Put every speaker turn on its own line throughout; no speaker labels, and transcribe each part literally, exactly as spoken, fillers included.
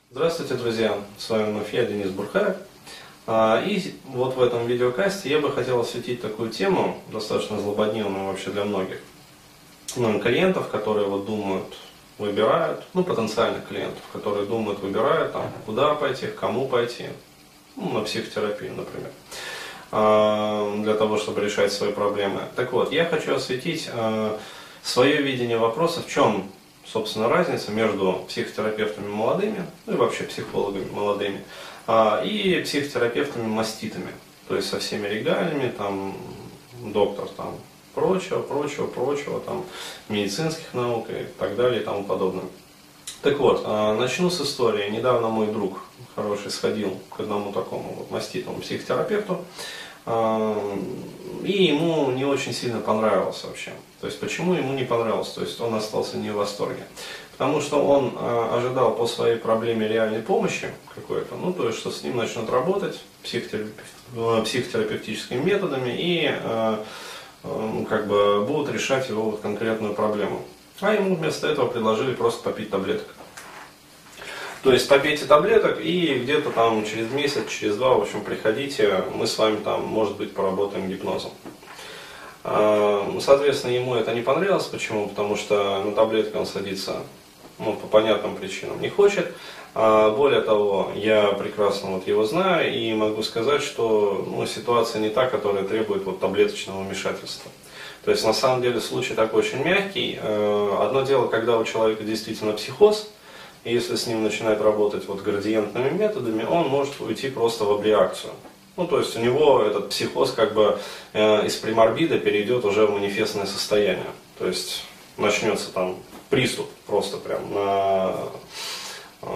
Здравствуйте, друзья! С вами вновь я, Денис Бурхаев. И вот в этом видеокасте я бы хотел осветить такую тему, достаточно злободневную вообще для многих ну, клиентов, которые вот думают, выбирают, ну потенциальных клиентов, которые думают, выбирают, там, куда пойти, к кому пойти, ну, на психотерапию, например, для того, чтобы решать свои проблемы. Так вот, я хочу осветить свое видение вопроса, в чем собственно, разница между психотерапевтами молодыми, ну и вообще психологами молодыми, и психотерапевтами маститами, то есть со всеми регалиями, там, доктор, там, прочего, прочего, прочего, там, медицинских наук и так далее и тому подобное. Так вот, начну с истории. Недавно мой друг хороший сходил к одному такому вот маститому психотерапевту, и ему не очень сильно понравилось вообще. То есть, почему ему не понравилось? То есть, он остался не в восторге. Потому что он э, ожидал по своей проблеме реальной помощи какой-то, ну, то есть, что с ним начнут работать психотерапев... психотерапевтическими методами и э, э, как бы будут решать его вот конкретную проблему. А ему вместо этого предложили просто попить таблеток. То есть попейте таблеток и где-то там через месяц, через два, в общем, приходите, мы с вами там, может быть, поработаем гипнозом. Соответственно, ему это не понравилось. Почему? Потому что на таблетки он садиться, ну, по понятным причинам не хочет. Более того, я прекрасно вот его знаю и могу сказать, что ну, ситуация не та, которая требует вот таблеточного вмешательства. То есть, на самом деле, случай такой очень мягкий. Одно дело, когда у человека действительно психоз, и если с ним начинать работать вот градиентными методами, он может уйти просто в абреакцию. Ну, то есть у него этот психоз как бы э, из приморбида перейдет уже в манифестное состояние. То есть начнется там приступ просто прям на э,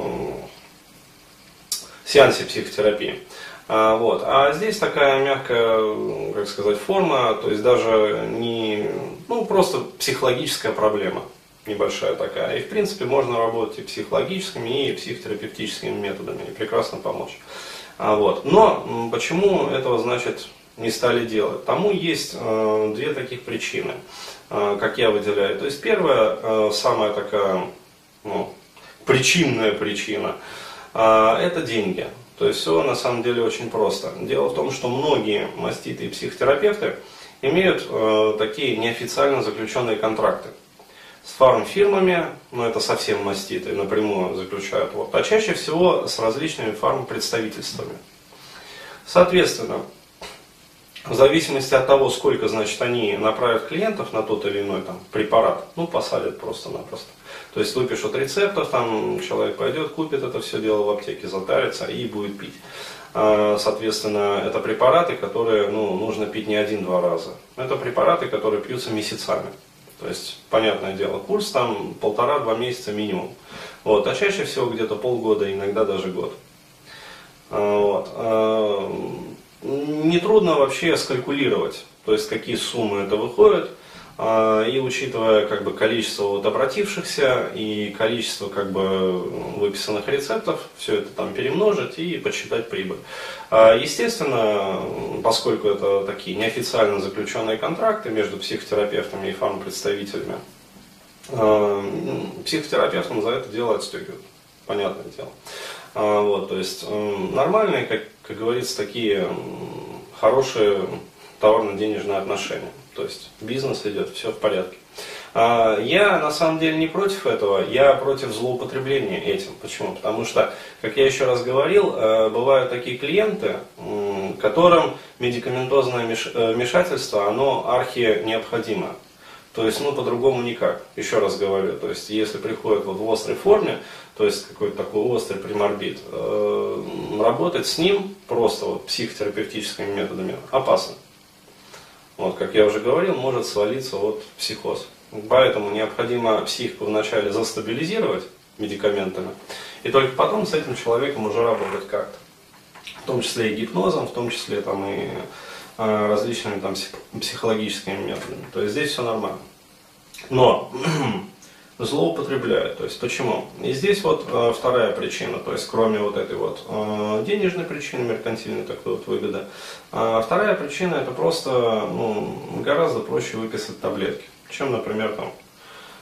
сеансе психотерапии. А, вот. А здесь такая мягкая, как сказать, форма, то есть даже не, ну, просто психологическая проблема. Небольшая такая. И в принципе можно работать и психологическими, и психотерапевтическими методами, и прекрасно помочь. А вот. Но почему этого, значит, не стали делать? Тому есть э, две таких причины, э, как я выделяю. То есть первая, э, самая такая ну, причинная причина, э, это деньги. То есть все на самом деле очень просто. Дело в том, что многие маститы и психотерапевты имеют э, такие неофициально заключенные контракты с фармфирмами, но это совсем маститы, напрямую заключают, вот, а чаще всего с различными фармпредставительствами. Соответственно, в зависимости от того, сколько, значит, они направят клиентов на тот или иной там, препарат, ну, посадят просто-напросто. То есть выпишут рецептов, там человек пойдет, купит это все дело в аптеке, затарится и будет пить. Соответственно, это препараты, которые ну, нужно пить не один-два раза. Это препараты, которые пьются месяцами. То есть, понятное дело, курс там полтора-два месяца минимум. Вот, а чаще всего где-то полгода, иногда даже год. Вот. Нетрудно вообще скалькулировать, то есть какие суммы это выходит. И учитывая как бы, количество вот, обратившихся и количество как бы, выписанных рецептов, все это там перемножить и подсчитать прибыль. Естественно, поскольку это такие неофициально заключенные контракты между психотерапевтами и фармпредставителями, психотерапевтам за это дело отстегивают, понятное дело. Вот, то есть нормальные, как, как говорится, такие хорошие товарно-денежные отношения. То есть бизнес идет, все в порядке. Я на самом деле не против этого, я против злоупотребления этим. Почему? Потому что, как я еще раз говорил, бывают такие клиенты, которым медикаментозное вмешательство, оно архи необходимо. То есть, ну, по-другому никак. Еще раз говорю, то есть, если приходит вот в острой форме, то есть, какой-то такой острый приморбит, работать с ним просто вот психотерапевтическими методами опасно. Вот, как я уже говорил, может свалиться вот психоз. Поэтому необходимо психику вначале застабилизировать медикаментами, и только потом с этим человеком уже работать как-то. В том числе и гипнозом, в том числе там, и э, различными там, психологическими методами. То есть здесь все нормально. Но злоупотребляют. То есть почему? И здесь вот э, вторая причина, то есть кроме вот этой вот э, денежной причины, меркантильной такой вот выгоды, э, вторая причина это просто ну, гораздо проще выписать таблетки, чем, например, там,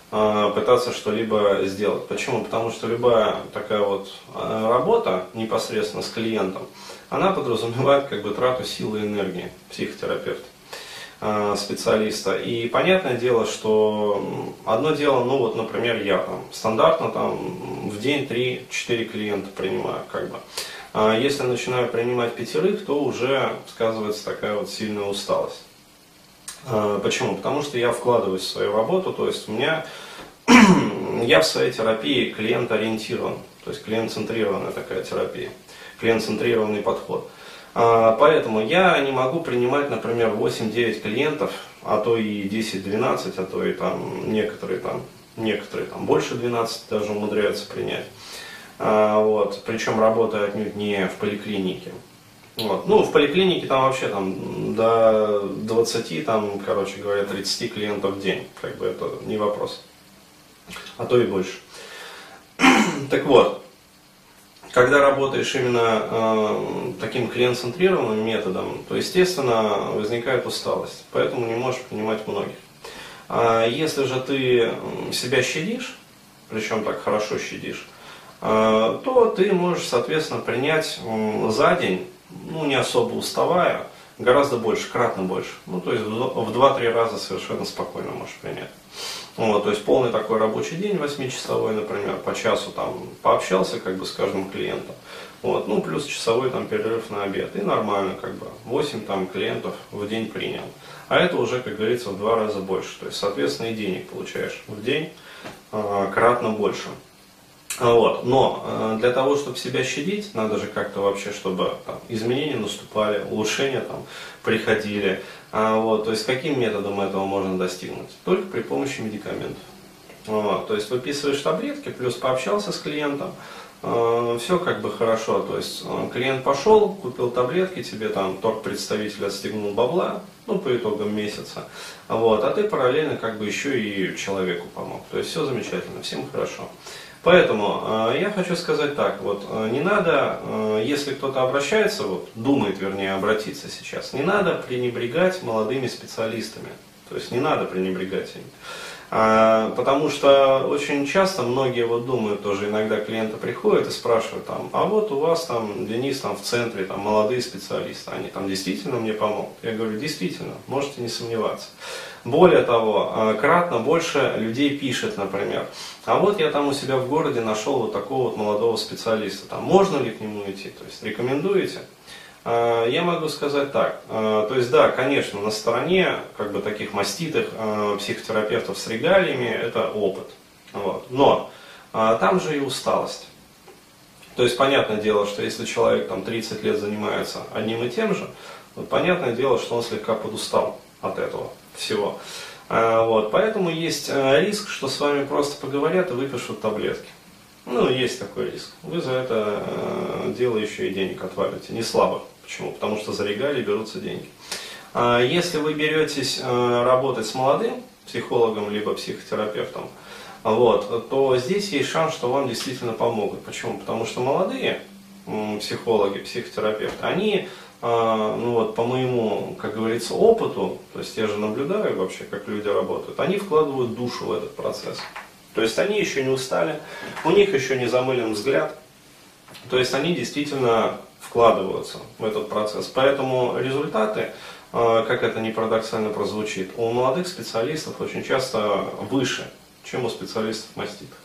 пытаться что-либо сделать. Почему? Потому что любая такая вот работа непосредственно с клиентом, она подразумевает как бы трату силы и энергии психотерапевта, специалиста. И понятное дело, что одно дело, ну вот, например, я там стандартно там в день три-четыре клиента принимаю, как бы. А если начинаю принимать пятерых, то уже сказывается такая вот сильная усталость. Почему? Потому что я вкладываюсь в свою работу, то есть у меня, я в своей терапии клиент-ориентирован, то есть клиент-центрированная такая терапия, клиент-центрированный подход. Поэтому я не могу принимать, например, восемь-девять клиентов, а то и десять-двенадцать, а то и там некоторые там, некоторые там больше двенадцати даже умудряются принять. Вот, причем работая отнюдь не в поликлинике. Вот. Ну, в поликлинике там вообще там, до двадцати, там, короче говоря, тридцати клиентов в день. Как бы это не вопрос. А то и больше. Так вот, когда работаешь именно э, таким клиент-центрированным методом, то, естественно, возникает усталость. Поэтому не можешь принимать многих. А если же ты себя щадишь, причем так хорошо щадишь, э, то ты можешь, соответственно, принять э, за день, ну, не особо уставая, гораздо больше, кратно больше. Ну, то есть в два-три раза совершенно спокойно можешь принять. Вот, то есть полный такой рабочий день, восьмичасовой, например, по часу там пообщался как бы с каждым клиентом. Вот, ну, плюс часовой там перерыв на обед. И нормально, как бы, восемь там клиентов в день принял. А это уже, как говорится, в два раза больше. То есть, соответственно, и денег получаешь в день э, кратно больше. Вот. Но для того, чтобы себя щадить, надо же как-то вообще, чтобы там, изменения наступали, улучшения там, приходили. А, вот, то есть каким методом этого можно достигнуть? Только при помощи медикаментов. Вот, то есть выписываешь таблетки, плюс пообщался с клиентом, э, все как бы хорошо. То есть э, клиент пошел, купил таблетки, тебе там торг-представитель отстегнул бабла, ну по итогам месяца. Вот, а ты параллельно как бы еще и человеку помог. То есть все замечательно, всем хорошо. Поэтому э, я хочу сказать так, вот э, не надо, э, если кто-то обращается, вот, думает, вернее, обратиться сейчас, не надо пренебрегать молодыми специалистами, то есть не надо пренебрегать ими. А, потому что очень часто многие вот думают, тоже иногда клиенты приходят и спрашивают, там, а вот у вас там, Денис, там в центре, там молодые специалисты, они там действительно мне помогут? Я говорю, действительно, можете не сомневаться. Более того, кратно больше людей пишет, например, а вот я там у себя в городе нашел вот такого вот молодого специалиста, там можно ли к нему идти, то есть рекомендуете? Я могу сказать так, то есть да, конечно, на стороне как бы таких маститых психотерапевтов с регалиями это опыт, вот. Но там же и усталость. То есть понятное дело, что если человек там тридцать лет занимается одним и тем же, вот, понятное дело, что он слегка подустал от этого всего. Вот, поэтому есть риск, что с вами просто поговорят и выпишут таблетки. Ну, есть такой риск. Вы за это дело еще и денег отвалите, не слабо. Почему? Потому что за регалии берутся деньги. Если вы беретесь работать с молодым психологом либо психотерапевтом, вот, то здесь есть шанс, что вам действительно помогут. Почему? Потому что молодые психологи, психотерапевты, они, ну вот, по моему, как говорится, опыту, то есть я же наблюдаю вообще, как люди работают, они вкладывают душу в этот процесс. То есть они еще не устали, у них еще не замылен взгляд, то есть они действительно вкладываются в этот процесс. Поэтому результаты, как это ни парадоксально прозвучит, у молодых специалистов очень часто выше, чем у специалистов маститых.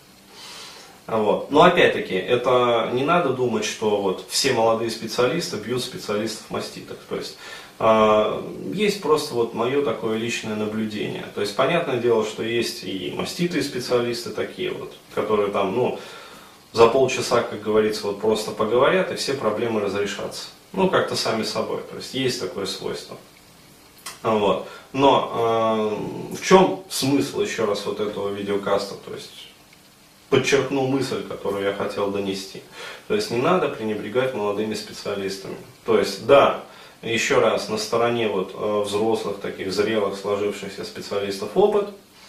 Вот. Но опять-таки, это не надо думать, что вот все молодые специалисты бьют специалистов маститых. То есть э, есть просто вот мое такое личное наблюдение. То есть понятное дело, что есть и маститые специалисты такие вот, которые там, ну, за полчаса, как говорится, вот просто поговорят и все проблемы разрешатся. Ну, как-то сами собой. То есть есть такое свойство. Вот. Но э, в чем смысл еще раз вот этого видеокаста? То есть подчеркну мысль, которую я хотел донести. То есть не надо пренебрегать молодыми специалистами. То есть да, еще раз, на стороне вот взрослых, таких зрелых, сложившихся специалистов опыт,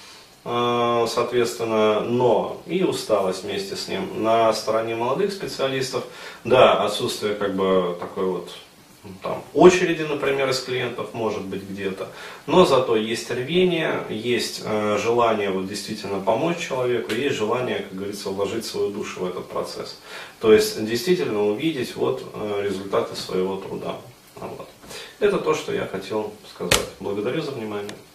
соответственно, но и усталость вместе с ним. На стороне молодых специалистов, да, отсутствие как бы такой вот там, очереди, например, из клиентов, может быть, где-то, но зато есть рвение, есть э, желание вот, действительно помочь человеку, есть желание, как говорится, вложить свою душу в этот процесс. То есть действительно увидеть вот, э, результаты своего труда. Вот. Это то, что я хотел сказать. Благодарю за внимание.